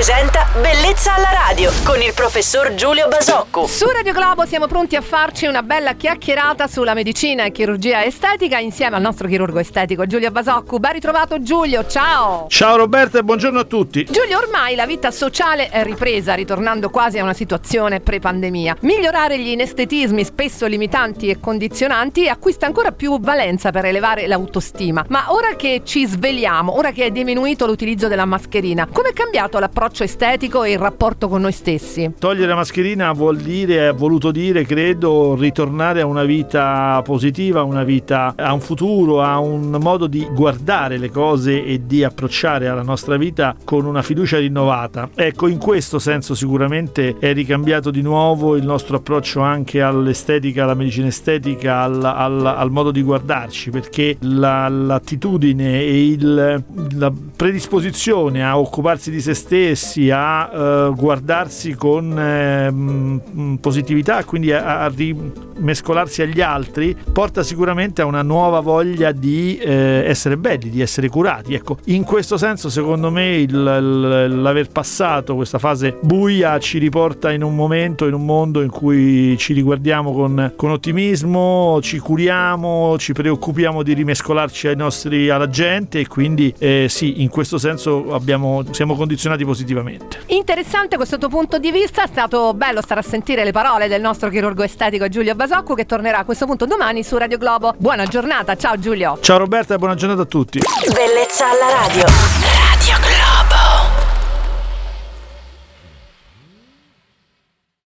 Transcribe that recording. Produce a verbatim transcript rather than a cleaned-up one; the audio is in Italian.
presenta Bellezza alla radio con il professor Giulio Basocco. Su Radio Globo siamo pronti a farci una bella chiacchierata sulla medicina e chirurgia estetica insieme al nostro chirurgo estetico Giulio Basocco. Ben ritrovato Giulio, ciao! Ciao Roberta e buongiorno a tutti. Giulio, ormai la vita sociale è ripresa, ritornando quasi a una situazione pre-pandemia. Migliorare gli inestetismi spesso limitanti e condizionanti acquista ancora più valenza per elevare l'autostima. Ma ora che ci sveliamo, ora che è diminuito l'utilizzo della mascherina, come è cambiato l'approccio estetico e il rapporto con noi stessi? Togliere la mascherina vuol dire, ha voluto dire, credo, ritornare a una vita positiva, una vita, a un futuro, a un modo di guardare le cose e di approcciare alla nostra vita con una fiducia rinnovata. Ecco, in questo senso sicuramente è ricambiato di nuovo il nostro approccio anche all'estetica, alla medicina estetica, al, al, al modo di guardarci, perché la, l'attitudine e il, la predisposizione a occuparsi di se stessi, a uh, guardarsi con eh, positività, quindi a, a rimescolarsi agli altri, porta sicuramente a una nuova voglia di eh, essere belli, di essere curati. Ecco, in questo senso secondo me il, il, l'aver passato questa fase buia ci riporta in un momento, in un mondo in cui ci riguardiamo con, con ottimismo, ci curiamo, ci preoccupiamo di rimescolarci ai nostri, alla gente, e quindi eh, sì, in questo senso abbiamo, siamo condizionati positivamente. Interessante questo tuo punto di vista, è stato bello stare a sentire le parole del nostro chirurgo estetico Giulio Basocco, che tornerà a questo punto domani su Radio Globo. Buona giornata, ciao Giulio. Ciao Roberta e buona giornata a tutti. Bellezza alla radio.